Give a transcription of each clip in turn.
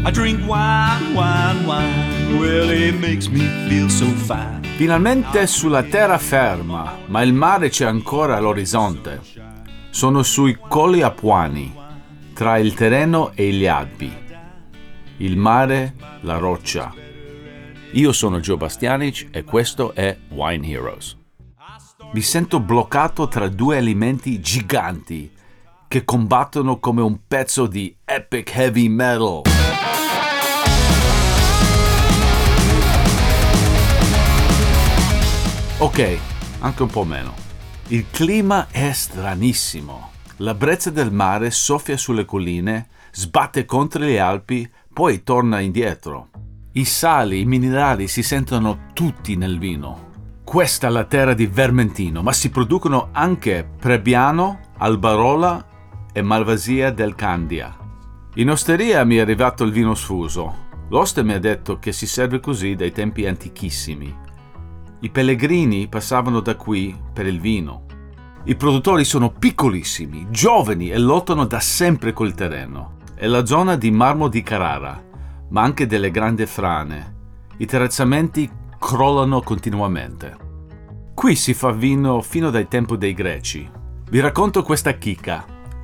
I drink wine, wine, wine. Well, it makes me feel so fine. Finalmente sulla terraferma, ma il mare c'è ancora all'orizzonte. Sono sui Colli Apuani, tra il Tirreno e gli Alpi. Il mare, la roccia. Io sono Joe Bastianic e questo è Wine Heroes. Mi sento bloccato tra due alimenti giganti che combattono come un pezzo di epic heavy metal. Ok, anche un po' meno. Il clima è stranissimo. La brezza del mare soffia sulle colline, sbatte contro le Alpi, poi torna indietro. I sali, i minerali si sentono tutti nel vino. Questa è la terra di Vermentino, ma si producono anche Trebbiano, Albarola e Malvasia del Candia. In osteria mi è arrivato il vino sfuso. L'oste mi ha detto che si serve così dai tempi antichissimi. I pellegrini passavano da qui per il vino. I produttori sono piccolissimi, giovani e lottano da sempre col terreno. È la zona di Marmo di Carrara, ma anche delle grandi frane. I terrazzamenti crollano continuamente. Qui si fa vino fino dai tempi dei Greci. Vi racconto questa chicca.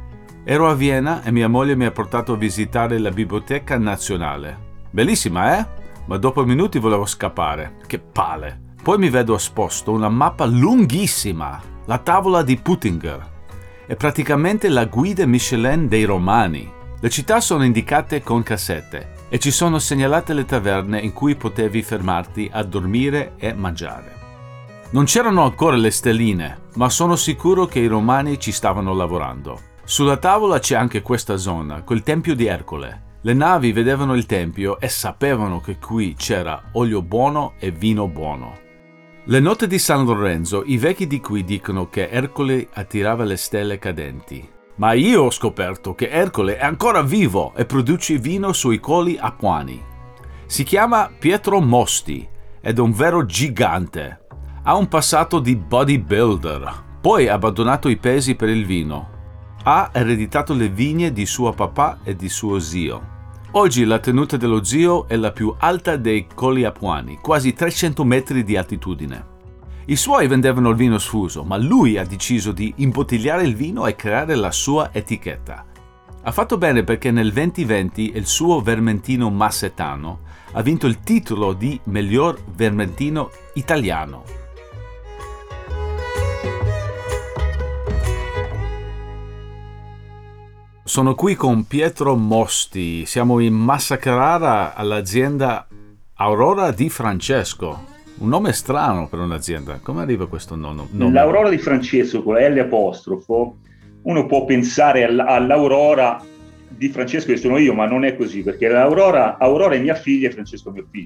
Ero a Vienna e mia moglie mi ha portato a visitare la Biblioteca Nazionale. Bellissima, eh? Ma dopo minuti volevo scappare. Che palle! Poi mi vedo esposto una mappa lunghissima, la tavola di Puttinger. È praticamente la guida Michelin dei Romani. Le città sono indicate con cassette e ci sono segnalate le taverne in cui potevi fermarti a dormire e mangiare. Non c'erano ancora le stelline, ma sono sicuro che i romani ci stavano lavorando. Sulla tavola c'è anche questa zona, col Tempio di Ercole. Le navi vedevano il tempio e sapevano che qui c'era olio buono e vino buono. Le note di San Lorenzo, i vecchi di qui dicono che Ercole attirava le stelle cadenti. Ma io ho scoperto che Ercole è ancora vivo e produce vino sui Colli Apuani. Si chiama Pietro Mosti ed è un vero gigante. Ha un passato di bodybuilder, poi ha abbandonato i pesi per il vino. Ha ereditato le vigne di suo papà e di suo zio. Oggi la tenuta dello zio è la più alta dei Colli Apuani, quasi 300 metri di altitudine. I suoi vendevano il vino sfuso, ma lui ha deciso di imbottigliare il vino e creare la sua etichetta. Ha fatto bene perché nel 2020 il suo Vermentino Massetano ha vinto il titolo di miglior Vermentino italiano. Sono qui con Pietro Mosti, siamo in Massa Carrara all'azienda Aurora di Francesco. Un nome strano per un'azienda, come arriva questo nome? L'Aurora di Francesco con la L apostrofo, uno può pensare all'Aurora di Francesco che sono io, ma non è così, perché Aurora è mia figlia e Francesco è mio figlio.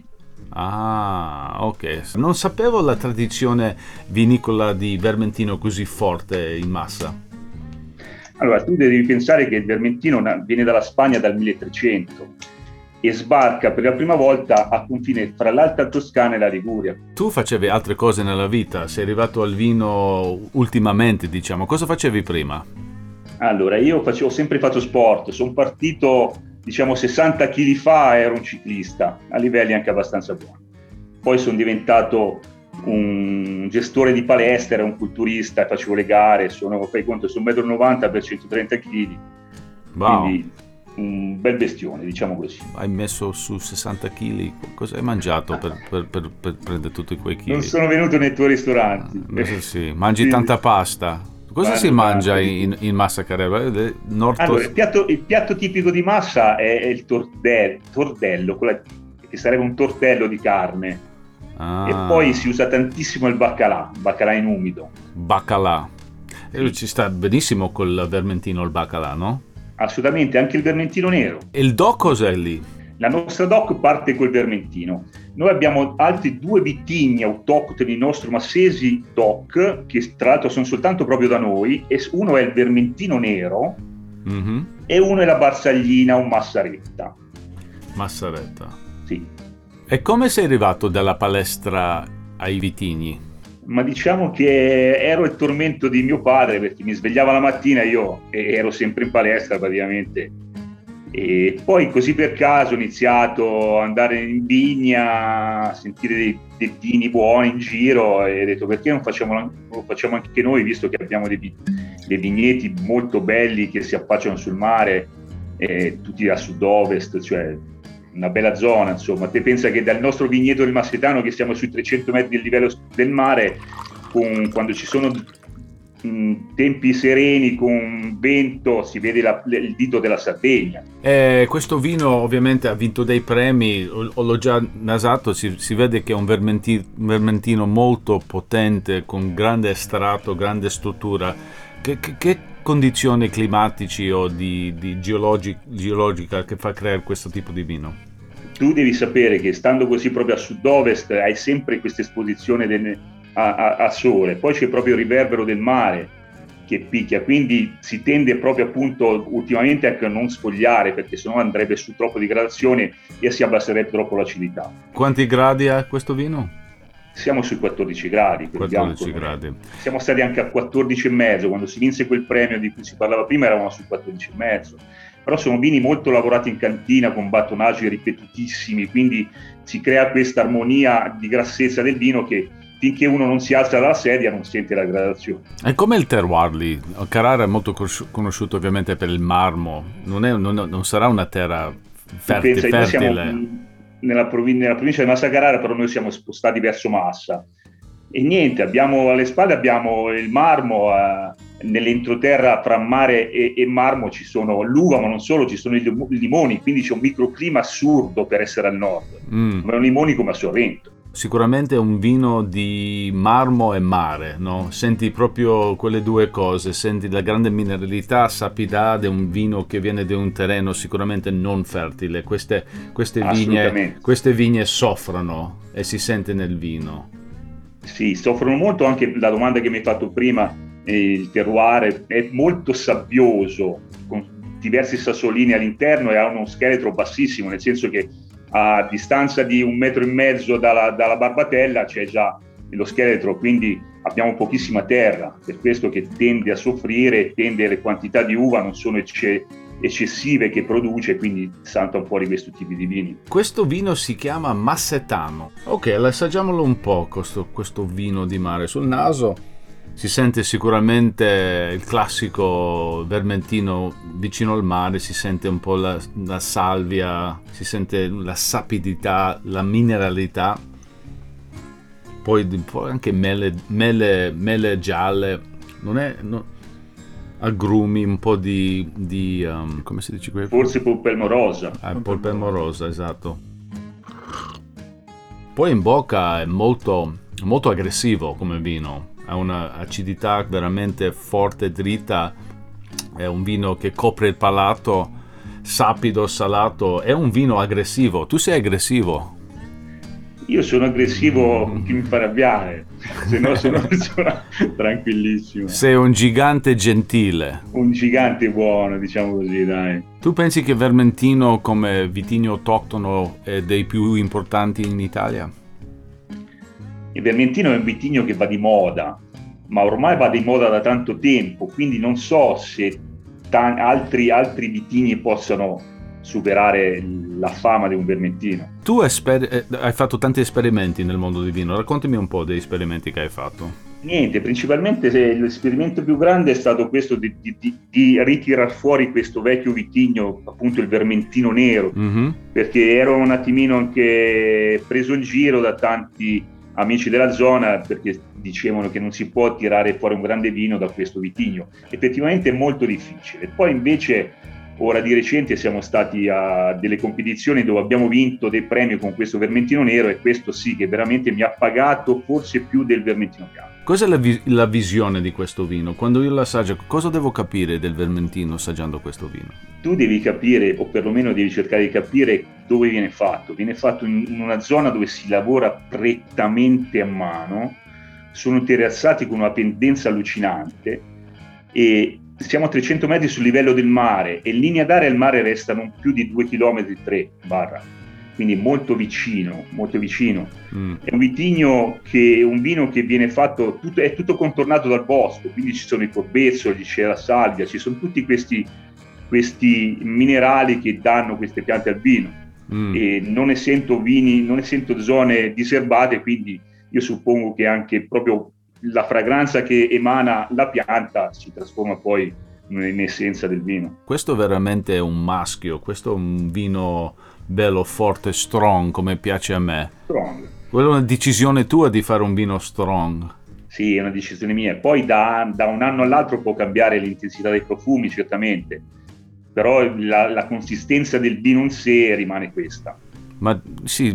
Ah, ok. Non sapevo la tradizione vinicola di Vermentino così forte in Massa. Allora, tu devi pensare che il Vermentino viene dalla Spagna dal 1300 e sbarca per la prima volta a confine fra l'Alta Toscana e la Liguria. Tu facevi altre cose nella vita, sei arrivato al vino ultimamente, diciamo. Cosa facevi prima? Allora, io ho sempre fatto sport, sono partito, 60 kg fa, ero un ciclista, a livelli anche abbastanza buoni. Poi sono diventato un gestore di palestra, un culturista, facevo le gare, fai conto, sono 1,90 m per 130 kg. Wow. Quindi un bel bestione, diciamo così. Hai messo su 60 kg, cosa hai mangiato per prendere tutti quei chili? Non sono venuto nei tuoi ristoranti. Sì, mangi tanta pasta. Cosa si mangia in Massa Carrara? Allora, il piatto tipico di Massa è il tordello, che sarebbe un tortello di carne. E poi si usa tantissimo il baccalà in umido. Baccalà. Ci sta benissimo col Vermentino il baccalà, no? Assolutamente, anche il Vermentino nero. E il DOC cos'è lì? La nostra DOC parte col Vermentino. Noi abbiamo altri 2 vitigni autoctoni nostro massesi DOC, che tra l'altro sono soltanto proprio da noi, e uno è il Vermentino nero, e uno è la Barsaglina, un Massaretta. Massaretta. Sì. E come sei arrivato dalla palestra ai vitigni? Ma diciamo che ero il tormento di mio padre, perché mi svegliava la mattina, io ero sempre in palestra praticamente, E poi così per caso ho iniziato ad andare in vigna, a sentire dei vini buoni in giro e ho detto perché non lo facciamo anche noi, visto che abbiamo dei vigneti molto belli che si affacciano sul mare, tutti a sud-ovest, cioè una bella zona, insomma. Te pensa che dal nostro vigneto del Massetano, che siamo sui 300 metri del livello del mare, quando ci sono tempi sereni con vento, si vede il dito della Sardegna. Questo vino ovviamente ha vinto dei premi, l'ho già nasato, si vede che è un vermentino molto potente, con grande estratto, grande struttura. Che condizioni climatici o di geologica che fa creare questo tipo di vino? Tu devi sapere che stando così proprio a sud-ovest hai sempre questa esposizione a sole, poi c'è proprio il riverbero del mare che picchia, quindi si tende proprio appunto ultimamente anche a non sfogliare, perché sennò andrebbe su troppo di gradazione e si abbasserebbe troppo l'acidità. Quanti gradi ha questo vino? Siamo sui 14 gradi. 14 gradi. Siamo stati anche a 14,5, quando si vinse quel premio di cui si parlava prima eravamo su 14,5. Però sono vini molto lavorati in cantina con battonaggi ripetutissimi, quindi si crea questa armonia di grassezza del vino che finché uno non si alza dalla sedia non sente la gradazione. E come il terroir lì? Carrara è molto conosciuto ovviamente per il marmo, non sarà una terra fertile. Siamo nella provincia di Massa Carrara, però noi siamo spostati verso Massa. E niente, alle spalle abbiamo il marmo, nell'entroterra tra mare e marmo ci sono l'uva, ma non solo, ci sono i limoni, quindi c'è un microclima assurdo per essere al nord, ma è un limoni come a Sorrento. Sicuramente è un vino di marmo e mare, no? Senti proprio quelle due cose, senti la grande mineralità, sapidità di un vino che viene da un terreno sicuramente non fertile. Queste vigne soffrono e si sente nel vino. Sì, soffrono molto. Anche la domanda che mi hai fatto prima, il terroir è molto sabbioso, con diversi sassolini all'interno e ha uno scheletro bassissimo, nel senso che a distanza di 1,5 metri dalla barbatella c'è già lo scheletro, quindi abbiamo pochissima terra, per questo che tende a soffrire, le quantità di uva non sono eccessive che produce, quindi saltano fuori questo tipo di vini. Questo vino si chiama Massetano. Ok, assaggiamolo un po', questo vino di mare. Sul naso si sente sicuramente il classico vermentino vicino al mare, si sente un po' la salvia, si sente la sapidità, la mineralità, poi anche mele gialle, agrumi, un po' di come si dice qui? Forse polpelmo rosa. Polpelmo rosa, esatto. Poi in bocca è molto, molto aggressivo come vino. Ha una acidità veramente forte, dritta, è un vino che copre il palato, sapido, salato, è un vino aggressivo. Tu sei aggressivo? Io sono aggressivo che mi fa arrabbiare, se no sono una persona tranquillissima. Sei un gigante gentile. Un gigante buono, diciamo così, dai. Tu pensi che Vermentino come vitigno autoctono è dei più importanti in Italia? Il Vermentino è un vitigno che va di moda, ma ormai va di moda da tanto tempo, quindi non so se altri vitigni possano superare la fama di un Vermentino. Tu hai fatto tanti esperimenti nel mondo del vino, raccontami un po' degli esperimenti che hai fatto. Niente, principalmente l'esperimento più grande è stato questo di ritirar fuori questo vecchio vitigno, appunto il Vermentino nero, perché ero un attimino anche preso in giro da tanti amici della zona, perché dicevano che non si può tirare fuori un grande vino da questo vitigno. Effettivamente è molto difficile. Poi invece ora di recente siamo stati a delle competizioni dove abbiamo vinto dei premi con questo Vermentino nero, e questo sì che veramente mi ha pagato forse più del Vermentino bianco. Cos'è la visione di questo vino? Quando io lo assaggio, cosa devo capire del Vermentino assaggiando questo vino? Tu devi capire, o perlomeno devi cercare di capire dove viene fatto. Viene fatto in una zona dove si lavora prettamente a mano, sono terrazzati con una pendenza allucinante e siamo a 300 metri sul livello del mare, e in linea d'aria al mare restano non più di 2 km 3 barra, quindi molto vicino. È un vino che viene fatto, è tutto contornato dal bosco, quindi ci sono i corbezzoli, c'è la salvia, ci sono tutti questi questi minerali che danno queste piante al vino. E non essendo zone diserbate, quindi io suppongo che anche proprio la fragranza che emana la pianta si trasforma poi in essenza del vino. Questo veramente è un maschio, questo è un vino bello, forte, strong, come piace a me. Strong. Quella è una decisione tua di fare un vino strong. Sì, è una decisione mia. Poi da un anno all'altro può cambiare l'intensità dei profumi, certamente, però la consistenza del vino in sé rimane questa. Ma sì,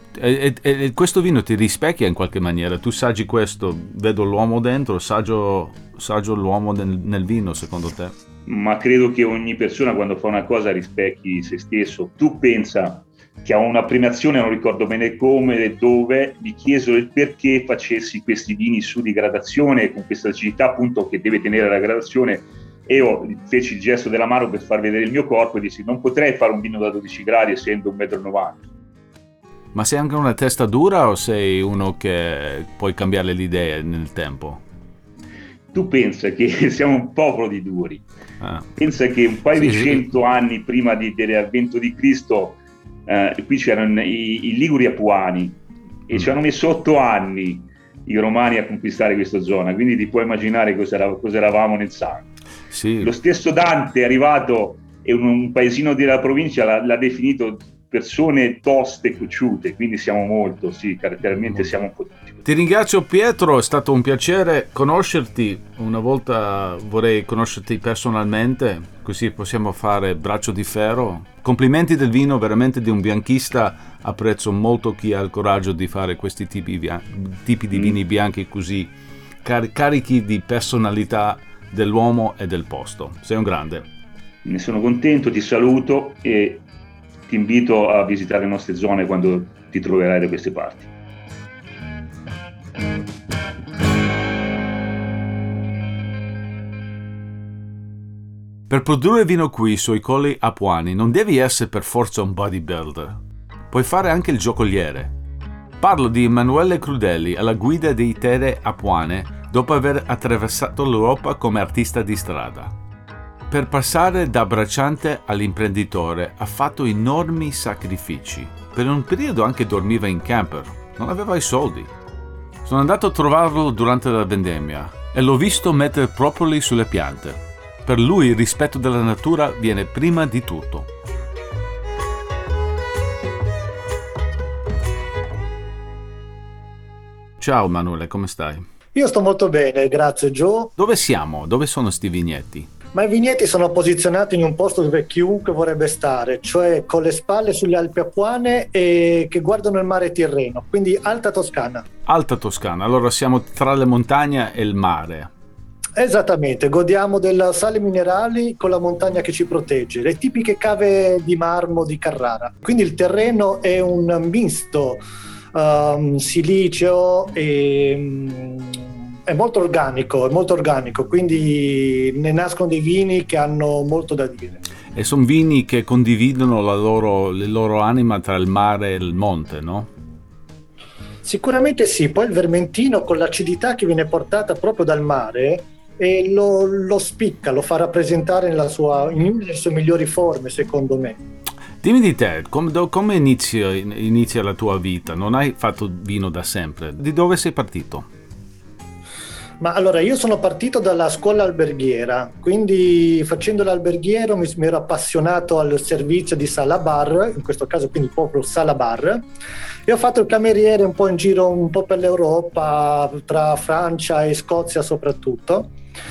e questo vino ti rispecchia in qualche maniera. Tu assaggi questo, vedo l'uomo dentro, assaggio l'uomo nel vino, secondo te? Ma credo che ogni persona quando fa una cosa rispecchi se stesso. Tu pensa che a una premiazione, non ricordo bene come e dove, gli chiesero il perché facessi questi vini su di gradazione, con questa acidità appunto che deve tenere la gradazione, e io feci il gesto della mano per far vedere il mio corpo e dissi: non potrei fare un vino da 12 gradi essendo 1,90 m. Ma sei anche una testa dura o sei uno che puoi cambiare le idee nel tempo? Tu pensa che siamo un popolo di duri. Pensa che un paio di 100 anni prima dell'avvento di Cristo, qui c'erano i Liguri Apuani e ci hanno messo 8 anni i Romani a conquistare questa zona, quindi ti puoi immaginare cosa eravamo nel sangue. Sì. Lo stesso Dante è arrivato e un paesino della provincia l'ha definito persone toste e cocciute, quindi siamo molto, sì, caratterialmente siamo un po' tutti. Ti ringrazio Pietro, è stato un piacere conoscerti, una volta vorrei conoscerti personalmente, così possiamo fare braccio di ferro. Complimenti del vino, veramente di un bianchista, apprezzo molto chi ha il coraggio di fare questi tipi di vini bianchi così carichi di personalità dell'uomo e del posto. Sei un grande. Ne sono contento, ti saluto e ti invito a visitare le nostre zone quando ti troverai da queste parti. Per produrre vino qui sui colli Apuani non devi essere per forza un bodybuilder. Puoi fare anche il giocoliere. Parlo di Emanuele Crudelli alla guida dei Terre Apuane dopo aver attraversato l'Europa come artista di strada. Per passare da bracciante all'imprenditore ha fatto enormi sacrifici. Per un periodo anche dormiva in camper, non aveva i soldi. Sono andato a trovarlo durante la vendemmia e l'ho visto mettere propoli sulle piante. Per lui il rispetto della natura viene prima di tutto. Ciao Emanuele, come stai? Io sto molto bene, grazie Joe. Dove siamo? Dove sono sti vigneti? Ma i vigneti sono posizionati in un posto dove chiunque vorrebbe stare, cioè con le spalle sulle Alpi Apuane e che guardano il mare Tirreno, quindi Alta Toscana. Alta Toscana, allora siamo tra le montagne e il mare. Esattamente, godiamo del sale minerali con la montagna che ci protegge, le tipiche cave di marmo di Carrara. Quindi il terreno è un misto siliceo e è molto organico, quindi ne nascono dei vini che hanno molto da dire. E sono vini che condividono le loro anima tra il mare e il monte, no? Sicuramente sì, poi il vermentino con l'acidità che viene portata proprio dal mare e lo spicca, lo fa rappresentare in le sue migliori forme, secondo me. Dimmi di te, come inizia la tua vita? Non hai fatto vino da sempre, di dove sei partito? Ma allora io sono partito dalla scuola alberghiera, quindi facendo l'alberghiero mi ero appassionato al servizio di sala bar, in questo caso quindi proprio sala bar, e ho fatto il cameriere un po' in giro, un po' per l'Europa, tra Francia e Scozia soprattutto,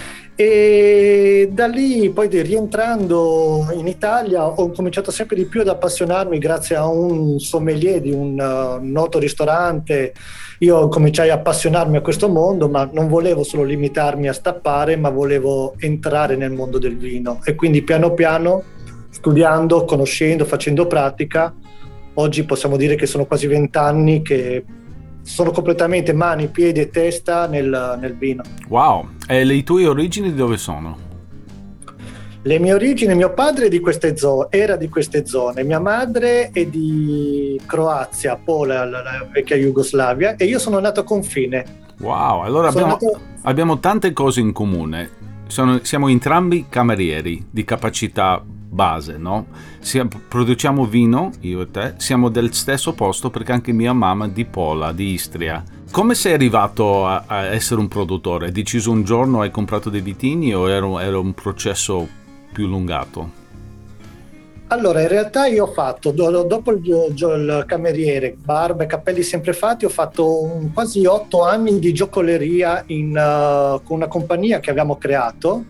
e da lì poi rientrando in Italia ho cominciato sempre di più ad appassionarmi grazie a un sommelier di un noto ristorante. Io cominciai a appassionarmi a questo mondo, ma non volevo solo limitarmi a stappare, ma volevo entrare nel mondo del vino e quindi piano piano, studiando, conoscendo, facendo pratica, oggi possiamo dire che sono quasi 20 anni che sono completamente mani, piedi e testa nel vino. Wow, e le tue origini di dove sono? Le mie origini, mio padre era di queste zone, mia madre è di Croazia, Pola, la vecchia Jugoslavia, e io sono nato a confine. Wow, allora abbiamo tante cose in comune. Siamo entrambi camerieri di capacità base, no? Produciamo vino, io e te, siamo del stesso posto perché anche mia mamma è di Pola, di Istria. Come sei arrivato a essere un produttore? Hai deciso un giorno, hai comprato dei vitigni o era un processo più lungato? Allora, in realtà io ho fatto, dopo il cameriere, barba e capelli sempre fatti, ho fatto quasi 8 anni di giocoleria con una compagnia che abbiamo creato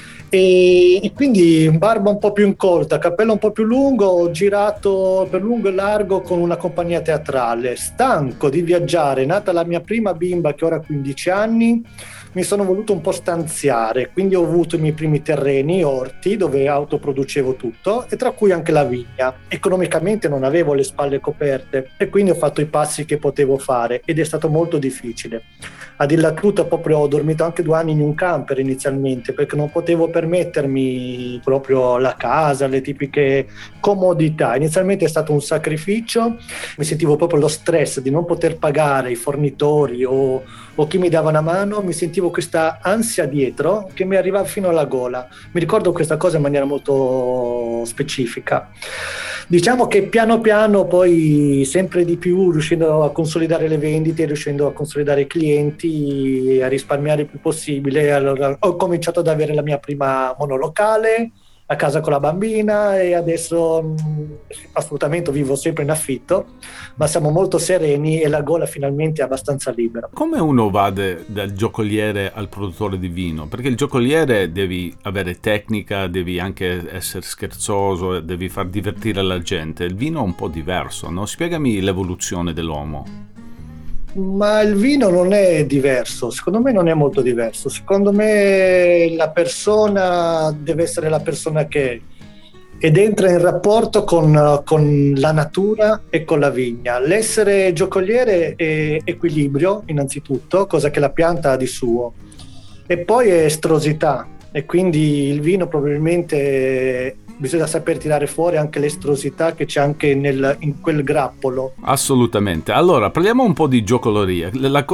e quindi barba un po' più incolta, capello un po' più lungo, ho girato per lungo e largo con una compagnia teatrale. Stanco di viaggiare, nata la mia prima bimba che ora ha 15 anni, mi sono voluto un po' stanziare, quindi ho avuto i miei primi terreni, orti, dove autoproducevo tutto, e tra cui anche la vigna. Economicamente non avevo le spalle coperte e quindi ho fatto i passi che potevo fare ed è stato molto difficile. A dirla tutta, proprio ho dormito anche 2 anni in un camper inizialmente, perché non potevo permettermi proprio la casa, le tipiche comodità. Inizialmente è stato un sacrificio, mi sentivo proprio lo stress di non poter pagare i fornitori o chi mi dava una mano, mi sentivo questa ansia dietro che mi arrivava fino alla gola. Mi ricordo questa cosa in maniera molto specifica. Diciamo che piano piano poi sempre di più, riuscendo a consolidare le vendite, riuscendo a consolidare i clienti, a risparmiare il più possibile, allora ho cominciato ad avere la mia prima monolocale a casa con la bambina e adesso assolutamente vivo sempre in affitto, ma siamo molto sereni e la gola finalmente è abbastanza libera. Come uno va dal giocoliere al produttore di vino? Perché il giocoliere devi avere tecnica, devi anche essere scherzoso, devi far divertire la gente. Il vino è un po' diverso, no? Spiegami l'evoluzione dell'uomo. Ma il vino non è diverso, secondo me non è molto diverso. Secondo me la persona deve essere la persona che è ed entra in rapporto con la natura e con la vigna. L'essere giocoliere è equilibrio innanzitutto, cosa che la pianta ha di suo, e poi è estrosità, e quindi il vino probabilmente bisogna saper tirare fuori anche l'estrosità che c'è anche in quel grappolo. Assolutamente. Allora, parliamo un po' di giocoloria.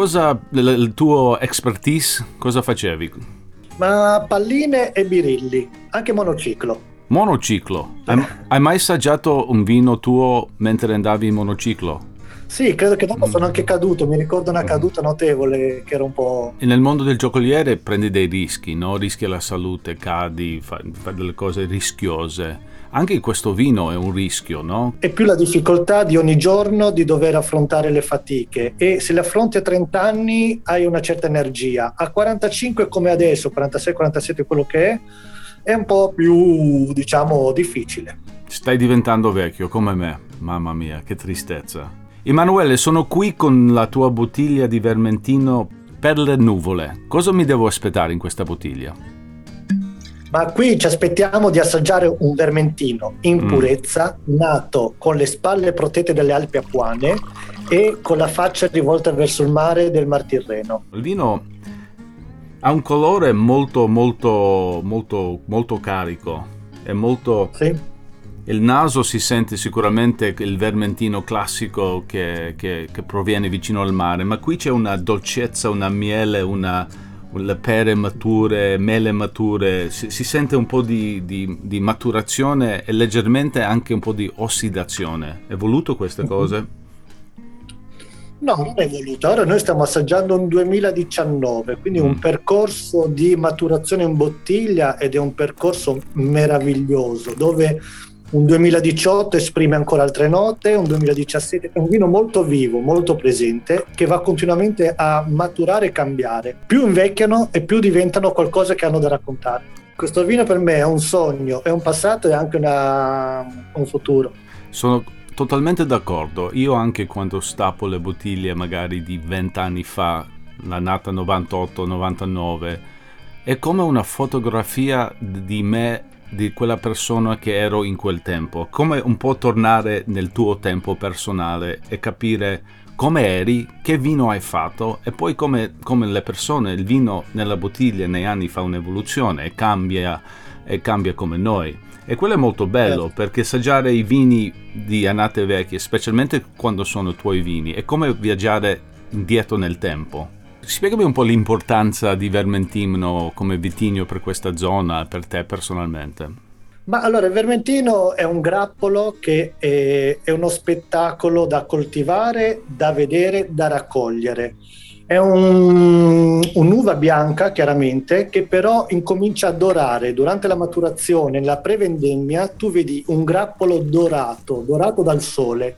Il tuo expertise, cosa facevi? Ma palline e birilli, anche monociclo. Monociclo. Hai mai assaggiato un vino tuo mentre andavi in monociclo? Sì, credo che dopo sono anche caduto, mi ricordo una caduta notevole che era un po'... E nel mondo del giocoliere prendi dei rischi, no? Rischi alla salute, cadi, fai delle cose rischiose. Anche questo vino è un rischio, no? È più la difficoltà di ogni giorno di dover affrontare le fatiche, e se le affronti a 30 anni hai una certa energia, a 45 come adesso, 46, 47 quello che è un po' più, diciamo, difficile. Stai diventando vecchio come me, mamma mia, che tristezza. Emanuele, sono qui con la tua bottiglia di Vermentino per le nuvole. Cosa mi devo aspettare in questa bottiglia? Ma qui ci aspettiamo di assaggiare un Vermentino in purezza, nato con le spalle protette dalle Alpi Apuane e con la faccia rivolta verso il mare del Mar Tirreno. Il vino ha un colore molto molto molto molto carico, è molto... Sì. Il naso si sente sicuramente il vermentino classico che proviene vicino al mare, ma qui c'è una dolcezza, una miele, le pere mature, mele mature, si sente un po' di maturazione e leggermente anche un po' di ossidazione. È voluto queste cose? No, non è voluto. Ora noi stiamo assaggiando un 2019, quindi un percorso di maturazione in bottiglia, ed è un percorso meraviglioso, dove un 2018 esprime ancora altre note, un 2017 è un vino molto vivo, molto presente, che va continuamente a maturare e cambiare. Più invecchiano e più diventano qualcosa che hanno da raccontare. Questo vino per me è un sogno, è un passato e anche un futuro. Sono totalmente d'accordo. Io anche quando stappo le bottiglie magari di 20 anni fa, la nata 98-99, è come una fotografia di me, di quella persona che ero in quel tempo, come un po' tornare nel tuo tempo personale e capire come eri, che vino hai fatto, e poi come le persone, il vino nella bottiglia nei anni fa un'evoluzione e cambia come noi, e quello è molto bello, perché assaggiare i vini di annate vecchie, specialmente quando sono tuoi vini, è come viaggiare indietro nel tempo. Spiegami un po' l'importanza di Vermentino come vitigno per questa zona, per te personalmente. Ma allora il vermentino è un grappolo che è uno spettacolo da coltivare, da vedere, da raccogliere. È un'uva bianca, chiaramente, che però incomincia a dorare. Durante la maturazione, nella pre-vendemmia, tu vedi un grappolo dorato dal sole.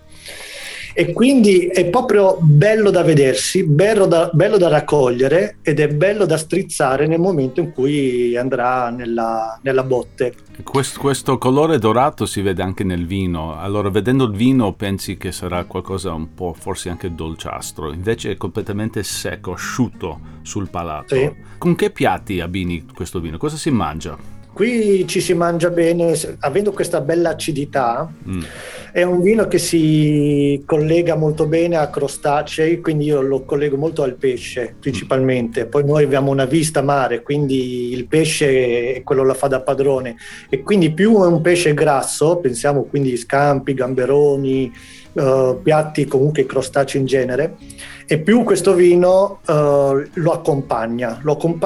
E quindi è proprio bello da vedersi, bello da raccogliere ed è bello da strizzare nel momento in cui andrà nella botte. Questo colore dorato si vede anche nel vino. Allora, vedendo il vino pensi che sarà qualcosa un po' forse anche dolciastro, invece è completamente secco, asciutto sul palato. Sì. Con che piatti abbini questo vino? Cosa si mangia? Qui ci si mangia bene, avendo questa bella acidità. È un vino che si collega molto bene a crostacei, quindi io lo collego molto al pesce principalmente. Poi noi abbiamo una vista mare, quindi il pesce quello la fa da padrone, e quindi più è un pesce grasso, pensiamo quindi scampi, gamberoni, piatti comunque crostacei in genere, e più questo vino lo accompagna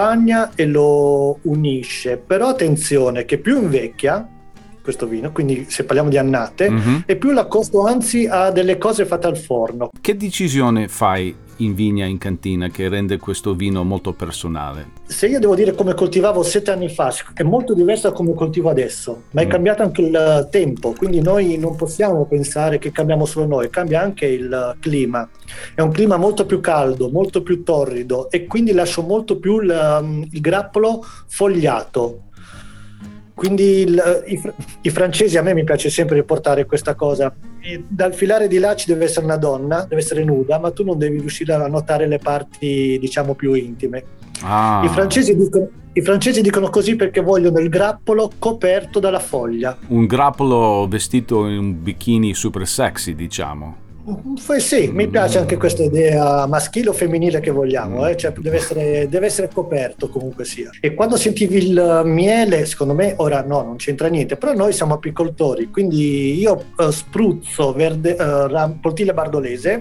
e lo unisce. Però attenzione che più invecchia questo vino, quindi se parliamo di annate, e più l'accosto anzi a delle cose fatte al forno. Che decisione fai in vigna, in cantina, che rende questo vino molto personale? Se io devo dire come coltivavo 7 anni fa, è molto diverso da come coltivo adesso, ma è cambiato anche il tempo, quindi noi non possiamo pensare che cambiamo solo noi, cambia anche il clima. È un clima molto più caldo, molto più torrido, e quindi lascio molto più il grappolo fogliato. Quindi i francesi, a me mi piace sempre riportare questa cosa, dal filare di là ci deve essere una donna, deve essere nuda, ma tu non devi riuscire a notare le parti, diciamo, più intime. I francesi dicono così perché vogliono il grappolo coperto dalla foglia. Un grappolo vestito in un bikini super sexy, diciamo. Sì, mi piace anche questa idea maschile o femminile che vogliamo, cioè deve essere coperto comunque sia. E quando sentivi il miele, secondo me, ora no, non c'entra niente, però noi siamo apicoltori, quindi io spruzzo poltiglia bardolese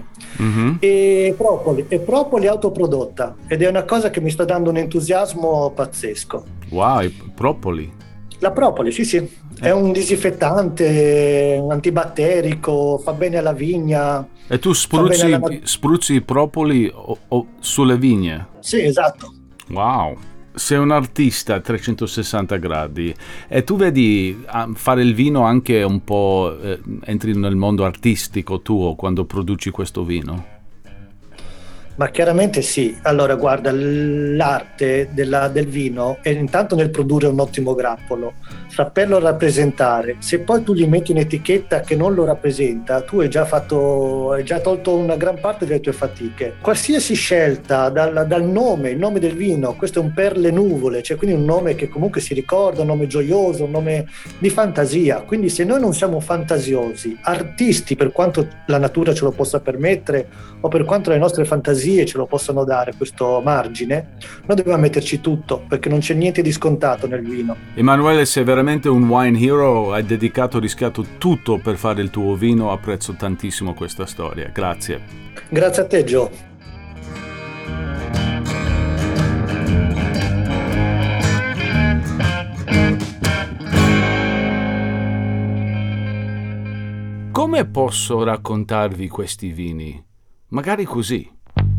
e propoli autoprodotta, ed è una cosa che mi sta dando un entusiasmo pazzesco. Wow, propoli. La propoli, sì. È un disinfettante, un antibatterico, fa bene alla vigna. E tu spruzzi i propoli sulle vigne? Sì, esatto. Wow. Sei un artista a 360 gradi e tu vedi fare il vino anche un po', entri nel mondo artistico tuo quando produci questo vino? Ma chiaramente sì. Allora guarda, l'arte del vino è intanto nel produrre un ottimo grappolo, saperlo rappresentare. Se poi tu gli metti un'etichetta che non lo rappresenta, tu hai già tolto una gran parte delle tue fatiche. Qualsiasi scelta, dal nome, il nome del vino, questo è un per le nuvole, cioè quindi un nome che comunque si ricorda, un nome gioioso, un nome di fantasia. Quindi se noi non siamo fantasiosi, artisti, per quanto la natura ce lo possa permettere o per quanto le nostre fantasie ce lo possono dare questo margine, noi dobbiamo metterci tutto, perché non c'è niente di scontato nel vino. Emanuele, sei veramente un wine hero, hai rischiato tutto per fare il tuo vino, apprezzo tantissimo questa storia, grazie. Grazie a te, Joe. Come posso raccontarvi questi vini? Magari così.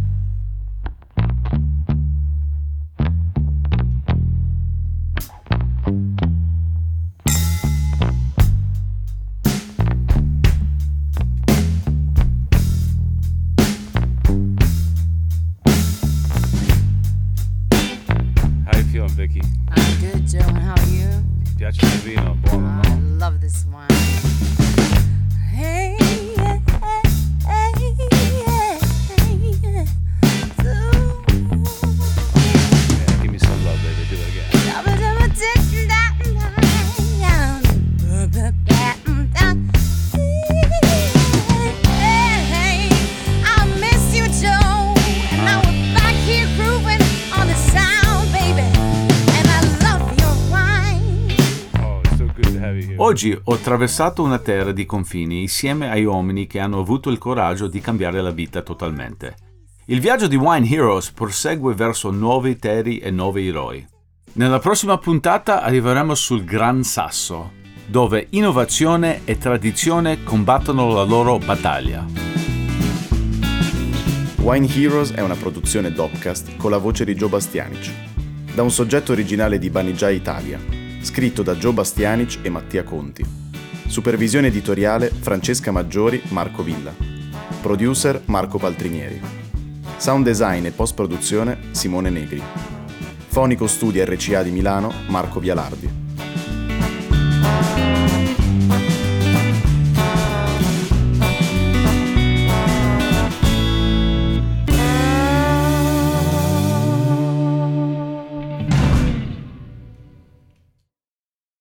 Vicky. I'm good, Joe, and how are you? Ti piace il vino? Buono, no? I love this wine. Hey, yeah, hey, yeah, yeah. Yeah, give me some love, baby. Do it again. I miss you, Joe, and now we're back here grooving on the sound, baby. And I love your wine. Oh, it's so good to have you here. Oggi ho attraversato una terra di confini insieme ai uomini che hanno avuto il coraggio di cambiare la vita totalmente. Il viaggio di Wine Heroes prosegue verso nuove terre e nuovi eroi. Nella prossima puntata arriveremo sul Gran Sasso, dove innovazione e tradizione combattono la loro battaglia. Wine Heroes è una produzione Dopcast con la voce di Joe Bastianic, da un soggetto originale di Banijay Italia, scritto da Joe Bastianic e Mattia Conti. Supervisione editoriale Francesca Maggiori, Marco Villa. Producer Marco Paltrinieri. Sound design e post-produzione Simone Negri. Fonico Studio RCA di Milano, Marco Vialardi.